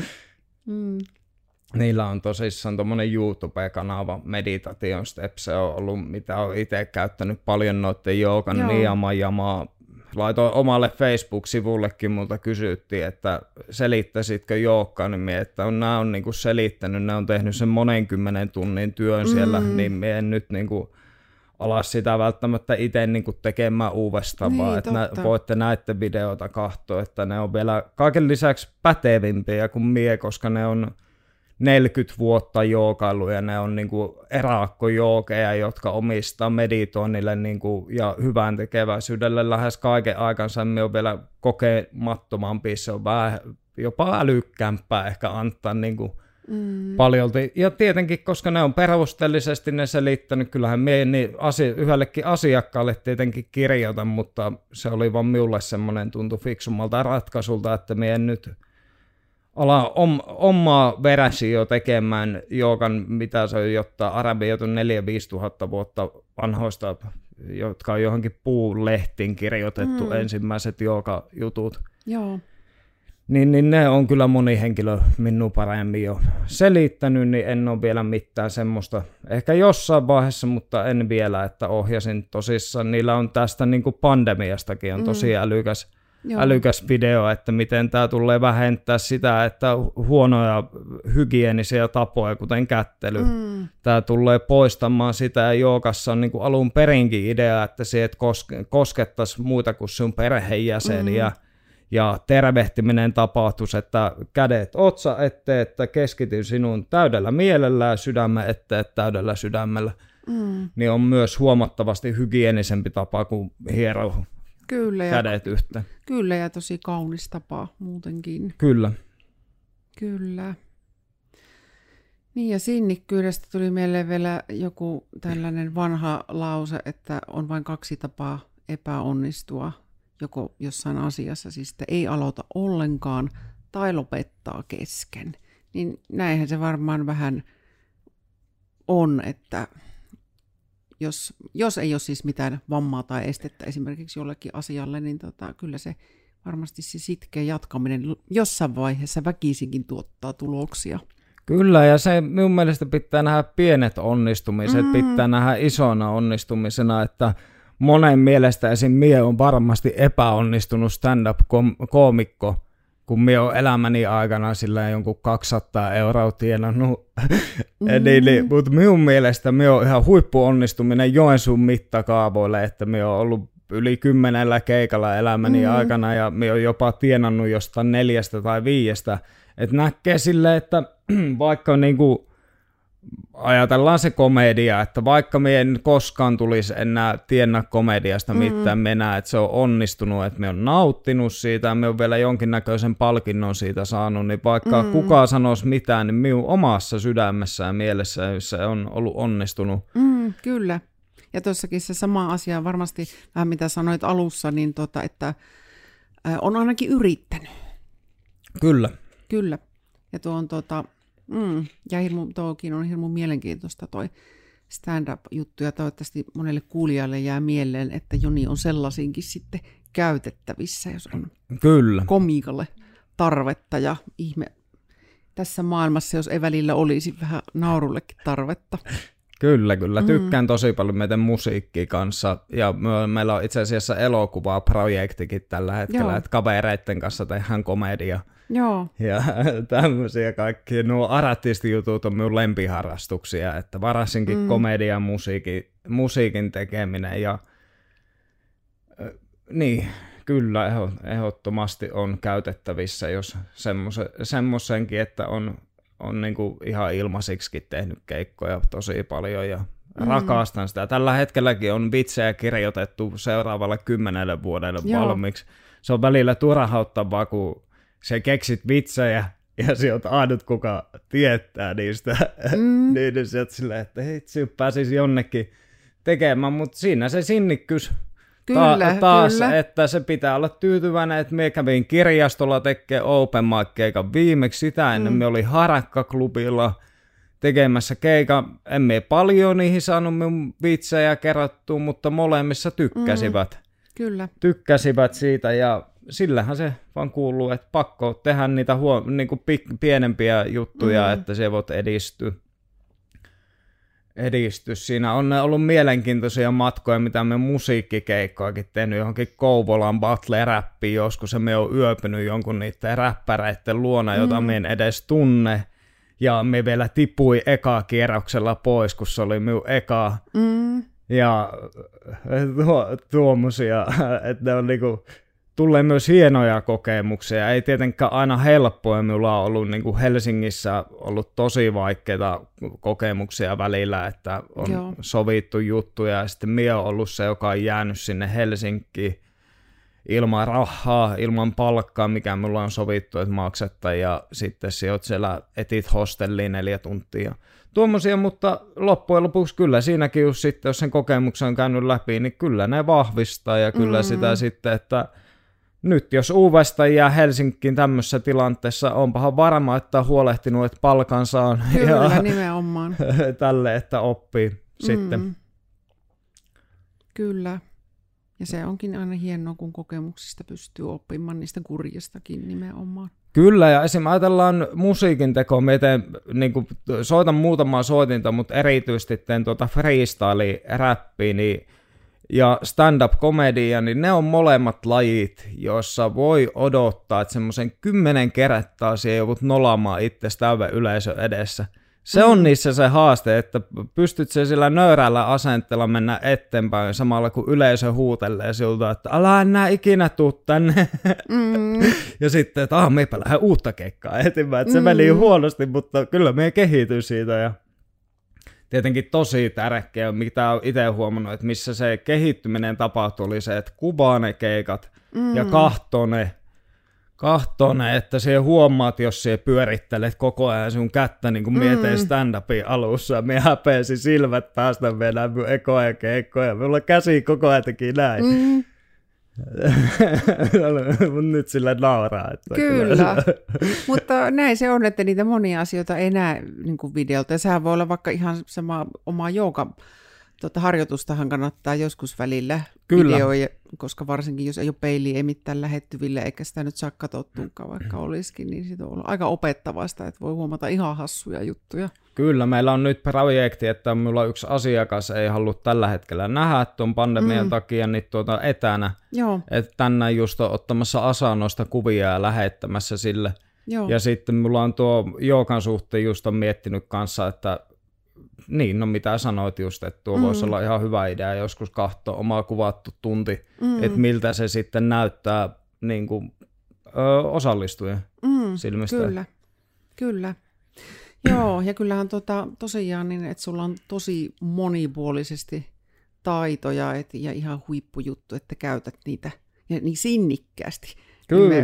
Niillä on tosissaan tommonen YouTube-kanava Meditation Steps, se on ollut, mitä olen itse käyttänyt paljon noiden joogan niyama-jamaa. Laitoin omalle Facebook-sivullekin, multa kysyttiin, että selittäisitkö joogaa, niin että nämä on niinku selittänyt, ne on tehnyt sen monen 10 tunnin työn siellä, niin me en nyt niinku ala sitä välttämättä itse niinku tekemään uudestaan, niin, vaan että voitte näitä videoita katsoa, että ne on vielä kaiken lisäksi pätevimpiä kuin mie, koska ne on 40 vuotta joogailu ja ne on niinku erakkojoogeja, jotka omistaa meditoinnille niinku ja hyvän tekeväisyydelle lähes kaiken aikansa. Me on vielä kokemattomampi, se on vähän jopa älykkäämpää ehkä antaa niinku paljolti. Ja tietenkin, koska ne on perusteellisesti ne selittänyt, kyllähän me niin yhdellekin asiakkaalle tietenkin kirjoitan, mutta se oli vaan minulle semmoinen tuntui fiksummalta ratkaisulta, että me en nyt ala omaa versio tekemään joogan, mitä se on, jotta Arabi on 4-5 tuhatta vuotta vanhoista, jotka on johonkin puulehtiin kirjoitettu ensimmäiset joogajutut. Joo. Niin ne on kyllä moni henkilö minun paremmin jo selittänyt, niin en ole vielä mitään semmoista. Ehkä jossain vaiheessa, mutta en vielä, että ohjasin tosissaan. Niillä on tästä niin kuin pandemiastakin on tosi älykäs video, että miten tämä tulee vähentää sitä, että huonoja hygienisiä tapoja, kuten kättely. Tämä tulee poistamaan sitä, ja joogassa on niin kuin alun perinkin idea, että se et koskettaisi muita kuin sun perheenjäseniä. Ja tervehtiminen tapahtuisi, että kädet otsa eteen, että keskityn sinun täydellä mielellä ja sydämen eteen täydellä sydämellä. Niin on myös huomattavasti hygienisempi tapa kuin hiero kädet yhteen. Kyllä, ja tosi kaunis tapa muutenkin. Kyllä. Kyllä. Niin, ja sinnikkyydestä tuli mieleen vielä joku tällainen vanha lause, että on vain 2 tapaa epäonnistua joko jossain asiassa, siis että ei aloita ollenkaan tai lopettaa kesken. Niin näinhän se varmaan vähän on, että jos ei ole siis mitään vammaa tai estettä esimerkiksi jollekin asialle, niin kyllä se varmasti se sitkeä jatkaminen jossain vaiheessa väkisinkin tuottaa tuloksia. Kyllä, ja se minun mielestä pitää nähdä pienet onnistumiset, pitää nähdä isona onnistumisena, että monen mielestä esim. Mie on varmasti epäonnistunut stand-up-koomikko, kun mie on elämäni aikana sillä jonkun 200 € tienannut. Mutta minun mielestä mie on ihan huippuonnistuminen Joensuun mittakaavoille, että mie on ollut yli 10 keikalla elämäni aikana, ja mie on jopa tienannut jostain 4 tai 5. Että näkee silleen, että vaikka niinku ajatellaan se komedia, että vaikka me en koskaan tulisi enää tiennä komediasta mitään, me näen, että se on onnistunut, että me on nauttinut siitä ja me on vielä jonkinnäköisen palkinnon siitä saanut, niin vaikka kukaan sanoisi mitään, niin minun omassa sydämessä ja mielessä se on ollut onnistunut. Kyllä. Ja tuossakin se sama asia varmasti vähän mitä sanoit alussa, niin että on ainakin yrittänyt. Kyllä. Kyllä. Ja tuo on ja toikin on hirmu mielenkiintoista toi stand-up-juttu, ja toivottavasti monelle kuulijalle jää mieleen, että Joni on sellaisinkin sitten käytettävissä, jos on komiikalle tarvetta, ja ihme tässä maailmassa, jos ei välillä olisi vähän naurullekin tarvetta. Kyllä. Tykkään tosi paljon meidän musiikkia kanssa, ja meillä on itse asiassa elokuvaprojektikin tällä hetkellä, että kavereiden kanssa tehdään komedia. Joo. Ja tämmöisiä kaikkia. Nuo artistijutut on minun lempiharrastuksia, että varsinkin komedia, musiikin tekeminen ja niin, kyllä ehdottomasti on käytettävissä, jos semmoisenkin, että on niinku ihan ilmaisiksikin tehnyt keikkoja tosi paljon ja rakastan sitä. Tällä hetkelläkin on vitsejä kirjoitettu seuraavalle 10 vuodelle valmiiksi. Se on välillä turhauttavaa, kun sä keksit vitsejä ja sä oot ainut, kuka tietää niistä. Niin sä oot silleen, että itse pääsis jonnekin tekemään, mutta siinä se sinnikkyys taas, kyllä. Että se pitää olla tyytyväinen, että me kävin kirjastolla tekemään open mic-keikan viimeksi. Sitä ennen me oli Harakka-klubilla tekemässä keikan. Emme paljon niihin saanut minun vitsejä kerrottua, mutta molemmissa tykkäsivät. Kyllä. Tykkäsivät siitä ja sillähän se vaan kuuluu, että pakko tehdä niitä niinku pienempiä juttuja, että se voit edistyä. Siinä on ollut mielenkiintoisia matkoja, mitä me musiikkikeikkoakin tehnyt johonkin Kouvolan battle-räppiin joskus, ja me on yöpynyt jonkun niiden räppäreiden luona, jota me en edes tunne. Ja me vielä tipui eka kierroksella pois, kun se oli minun eka. Ja tuommoisia, että ne on niinku, tulee myös hienoja kokemuksia. Ei tietenkään aina helppoa. Minulla on ollut niinku Helsingissä ollut tosi vaikeita kokemuksia välillä, että on sovittu juttuja. Ja sitten minä olen ollut se, joka on jäänyt sinne Helsinkiin ilman rahaa, ilman palkkaa, mikä minulla on sovittu, että maksetaan. Ja sitten sinä siellä etit hostelliin 4 tuntia. Tuommoisia, mutta loppujen lopuksi kyllä siinäkin, jos sen kokemuksen on käynyt läpi, niin kyllä ne vahvistaa ja kyllä sitä sitten, että nyt jos uudestaan jää Helsinkiin tämmöisessä tilanteessa, onpahan varma, että on huolehtinut, että palkan saan. Kyllä, nimenomaan. Tälle, että oppii sitten. Kyllä. Ja se onkin aina hienoa, kun kokemuksista pystyy oppimaan niistä kurjistakin nimenomaan. Kyllä, ja esimerkiksi ajatellaan musiikin tekoa, miten niin kuin, soitan muutamaa soitinta, mutta erityisesti teen freestyle-räppiä ja stand-up-komedia, niin ne on molemmat lajit, joissa voi odottaa, että semmoisen 10 kertaa siellä joudut nolaamaan itsestä täyden yleisön edessä. Se on niissä se haaste, että pystyt se sillä nöyrällä asenteella mennä eteenpäin samalla kun yleisö huutelee siltä, että älä enää ikinä tuu tänne. Ja sitten, että meipä lähden uutta keikkaa eteenpäin. Että se meni huonosti, mutta kyllä me kehityin siitä. Ja tietenkin tosi tärkeää, mitä olen itse huomannut, että missä se kehittyminen tapahtui, oli se, että kuvaa ne keikat ja kahtoo ne, että siellä huomaat, jos siellä pyörittelet koko ajan sun kättä, niin kuin mietin stand-upin alussa, ja minä häpeäsin silmät päästä venään minun ekoja keikkoja, minulla käsi koko ajan teki näin. Mutta nyt sillä nauraa. Että kyllä, mutta näin se on, että niitä monia asioita ei näe niin kuin videolta, ja sehän voi olla vaikka ihan sama omaa harjoitustahan kannattaa joskus välillä videoja, koska varsinkin jos ei ole peiliä, ei mitään lähettyville, eikä sitä nyt saa katsottuunkaan, vaikka olisikin, niin siitä on ollut aika opettavasta, että voi huomata ihan hassuja juttuja. Kyllä, meillä on nyt projekti, että minulla yksi asiakas ei halua tällä hetkellä nähdä tuon pandemian takia niin etänä. Joo. Että tänään just on ottamassa asannosta kuvia ja lähettämässä sille. Joo. Ja sitten minulla on tuo Jookan suhteen just on miettinyt kanssa, että niin, no mitä sanoit just, että tuo voisi olla ihan hyvä idea joskus katsoa omaa kuvattu tunti, että miltä se sitten näyttää niin kuin, osallistujen silmistä. Kyllä. Joo, ja kyllähän tosiaan niin, että sulla on tosi monipuolisesti taitoja ja ihan huippujuttu, että käytät niitä ja niin sinnikkäästi. Kyllä.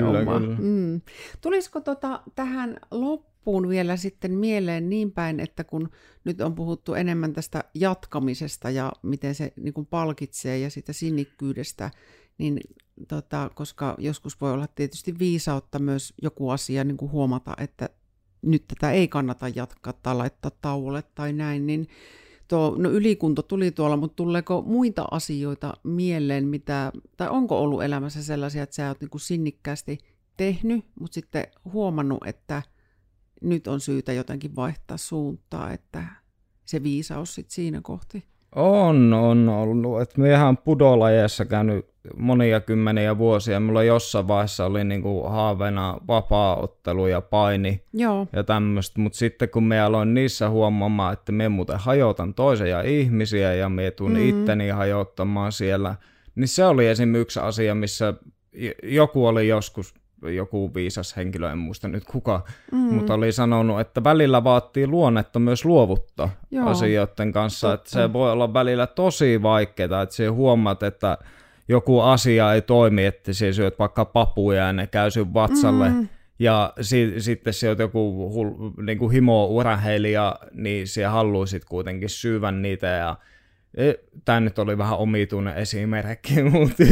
Tulisiko tähän loppuun vielä sitten mieleen niin päin, että kun nyt on puhuttu enemmän tästä jatkamisesta ja miten se niin kuin palkitsee ja sitä sinnikkyydestä, niin koska joskus voi olla tietysti viisautta myös joku asia niin kuin huomata, että nyt tätä ei kannata jatkaa tai laittaa tauolle tai näin, niin ylikunto tuli tuolla, mutta tuleeko muita asioita mieleen, tai onko ollut elämässä sellaisia, että sä oot niin kuin sinnikkäästi tehnyt, mutta sitten huomannut, että nyt on syytä jotenkin vaihtaa suuntaa, että se viisaus sitten siinä kohti? On ollut. Että minähän olen pudolajeissa käynyt monia kymmeniä vuosia. Mulla jossain vaiheessa oli niinku haaveena vapaa-ottelu ja paini. Joo. Ja tämmöistä. Mutta sitten kun minä aloin niissä huomaamaan, että minä muuten hajotan toisia ihmisiä ja minä tuun itteni hajottamaan siellä, niin se oli esimerkiksi yksi asia, missä joku oli joskus, joku viisas henkilö, en muista nyt kuka, mutta oli sanonut, että välillä vaatii luonnetta myös luovuttaa asioiden kanssa. Totta. Että se voi olla välillä tosi vaikeaa, että sinä huomaat, että joku asia ei toimi, että sinä syöt vaikka papuja ja ne käy sinun vatsalle. Ja sitten sinä olet joku niin himo-urheilija, niin sinä haluaisit kuitenkin syödä niitä ja tämä nyt oli vähän omituinen esimerkki, mutta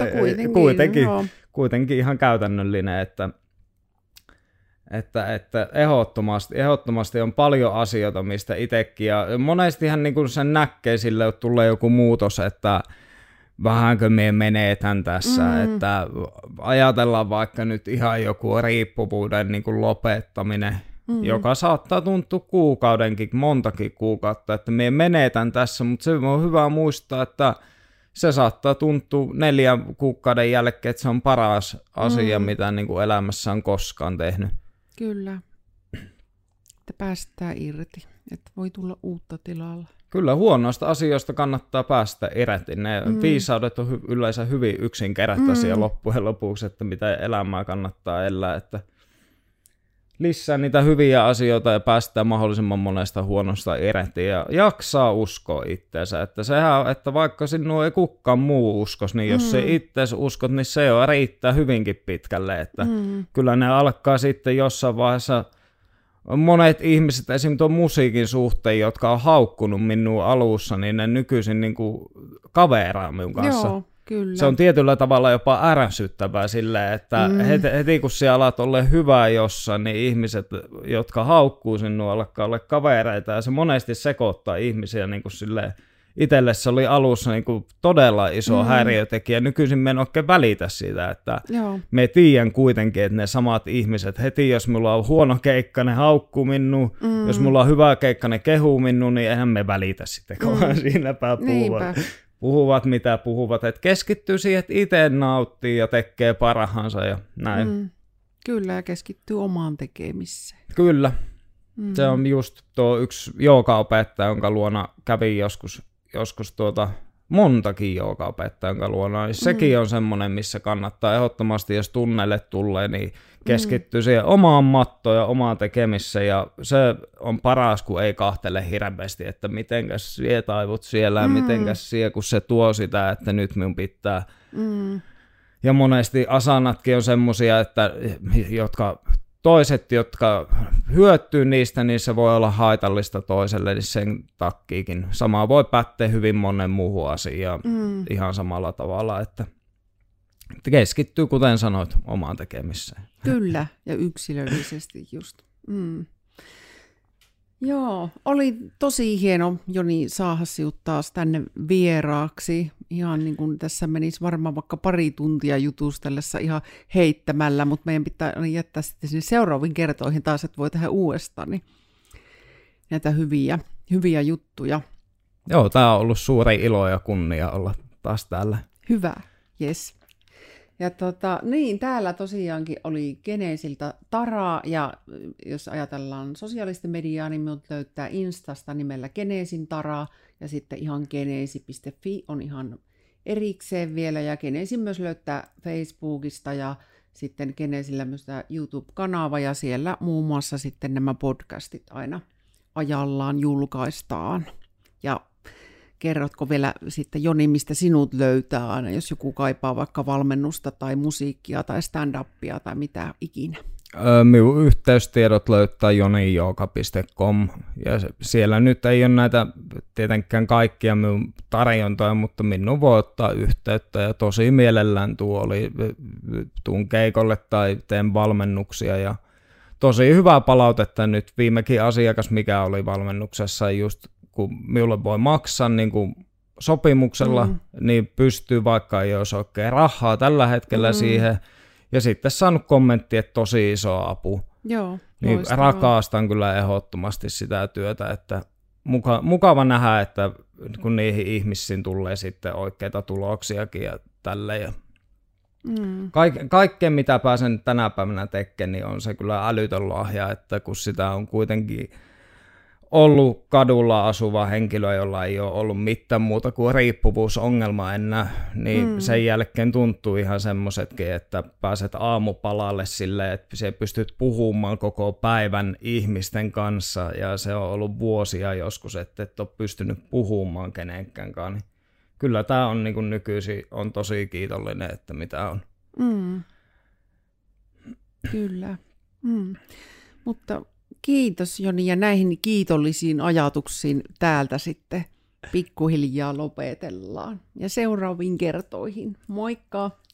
kuitenkin ihan käytännöllinen, että ehdottomasti on paljon asioita, mistä itsekin, ja monestihan niin kuin sen näkee sille, että tulee joku muutos, että vähänkö me menetään tässä, että ajatellaan vaikka nyt ihan joku riippuvuuden niin kuin lopettaminen, joka saattaa tuntua kuukaudenkin, montakin kuukautta, että me menetään tässä, mutta se on hyvä muistaa, että se saattaa tuntua 4 kuukauden jälkeen, että se on paras asia, mitä niin kuin elämässä on koskaan tehnyt. Kyllä, että päästään irti, että voi tulla uutta tilalla. Kyllä, huonoista asioista kannattaa päästä irti. Ne viisaudet on yleensä hyvin yksinkertaisia loppujen lopuksi, että mitä elämää kannattaa elää, että lisää niitä hyviä asioita ja päästään mahdollisimman monesta huonosta irti ja jaksaa uskoa itseensä. Että sehän, että vaikka sinua ei kukaan muu uskos, niin jos se itseäsi uskot, niin se on riittää hyvinkin pitkälle. Että kyllä ne alkaa sitten jossain vaiheessa, monet ihmiset esimerkiksi tuon musiikin suhteen, jotka on haukkunut minua alussa, niin ne nykyisin niin kuin kaveraa minun kanssa. Joo. Kyllä. Se on tietyllä tavalla jopa ärsyttävää silleen, että heti kun sinä alat olla hyvä jossain, niin ihmiset, jotka haukkuu sinua, alkaa olla kavereita, ja se monesti sekoittaa ihmisiä niin kuin silleen itselle se oli alussa niin kuin todella iso häiriötekijä. Nykyisin me en oikein välitä siitä, että me tiedän kuitenkin, että ne samat ihmiset heti, jos mulla on huono keikka, ne haukkuu minua, jos mulla on hyvä keikka, ne kehuu minua, niin eihän me välitä sitten, kun siinäpä puhuvat mitä puhuvat, että keskittyy siihen, että itse nauttii ja tekee parhaansa ja näin. Kyllä, ja keskittyy omaan tekemiseen. Kyllä. Se on just tuo yksi joogaopettaja, jonka luona kävin joskus montakin joogaopettajaa, jonka luona. Niin sekin on semmoinen, missä kannattaa ehdottomasti, jos tunnelle tulee, niin keskittyy siihen omaan mattoon ja omaan tekemiseen. Ja se on paras, kun ei kahtele hirveästi, että mitenkäs sie taivut siellä ja mitenkäs sie, kun se tuo sitä, että nyt minun pitää. Ja monesti asanatkin on semmoisia, että toiset, jotka hyötyy niistä, niin se voi olla haitallista toiselle, niin sen takkiikin. Sama voi päteä hyvin monen muuhun asiaan ihan samalla tavalla, että keskittyy, kuten sanoit, omaan tekemiseen. Kyllä, ja yksilöllisesti just. Joo, oli tosi hieno, Joni, saada sinut taas tänne vieraaksi. Ihan niin kuin tässä menisi varmaan vaikka pari tuntia jutustellessa ihan heittämällä, mutta meidän pitää jättää sitten sinne seuraaviin kertoihin taas, että voi tehdä uudestaan niin näitä hyviä juttuja. Joo, tämä on ollut suuri ilo ja kunnia olla taas täällä. Hyvä, yes. Ja niin, täällä tosiaankin oli Geneesiltä Tara, ja jos ajatellaan sosiaalista mediaa, niin minut löytää Instasta nimellä Geneesin Tara, ja sitten ihan geneesi.fi on ihan erikseen vielä, ja Geneesin myös löytää Facebookista, ja sitten Geneesillä myös tämä YouTube-kanava, ja siellä muun muassa sitten nämä podcastit aina ajallaan julkaistaan. Ja kerrotko vielä sitten, Joni, mistä sinut löytää aina, jos joku kaipaa vaikka valmennusta tai musiikkia tai stand-upia tai mitä ikinä? Minun yhteystiedot löytää jonijooga.com, ja siellä nyt ei ole näitä tietenkään kaikkia minun tarjontoja, mutta minun voi ottaa yhteyttä, ja tosi mielellään tuun keikolle tai teen valmennuksia, ja tosi hyvää palautetta nyt. Viimekin asiakas, mikä oli valmennuksessa, just kun minulle voi maksaa niin kuin sopimuksella, niin pystyy, vaikka ei olisi oikein rahaa tällä hetkellä siihen. Ja sitten saanut kommentti, että tosi iso apu. Joo, niin rakastan kyllä ehdottomasti sitä työtä, että mukava nähdä, että kun niihin ihmisiin tulee sitten oikeita tuloksiakin ja tälleen. Ja kaikkeen, mitä pääsen tänä päivänä tekemään, niin on se kyllä älytön lahja, että kun sitä on kuitenkin ollut kadulla asuva henkilö, jolla ei ole ollut mitään muuta kuin riippuvuusongelma enää, niin sen jälkeen tuntuu ihan semmoisetkin, että pääset aamupalalle silleen, että sä pystyt puhumaan koko päivän ihmisten kanssa, ja se on ollut vuosia joskus, että et ole pystynyt puhumaan kenenkään. Niin kyllä tämä on niin kuin nykyisin on tosi kiitollinen, että mitä on. Kyllä. Mutta kiitos, Joni, ja näihin kiitollisiin ajatuksiin täältä sitten pikkuhiljaa lopetellaan. Ja seuraaviin kertoihin. Moikka!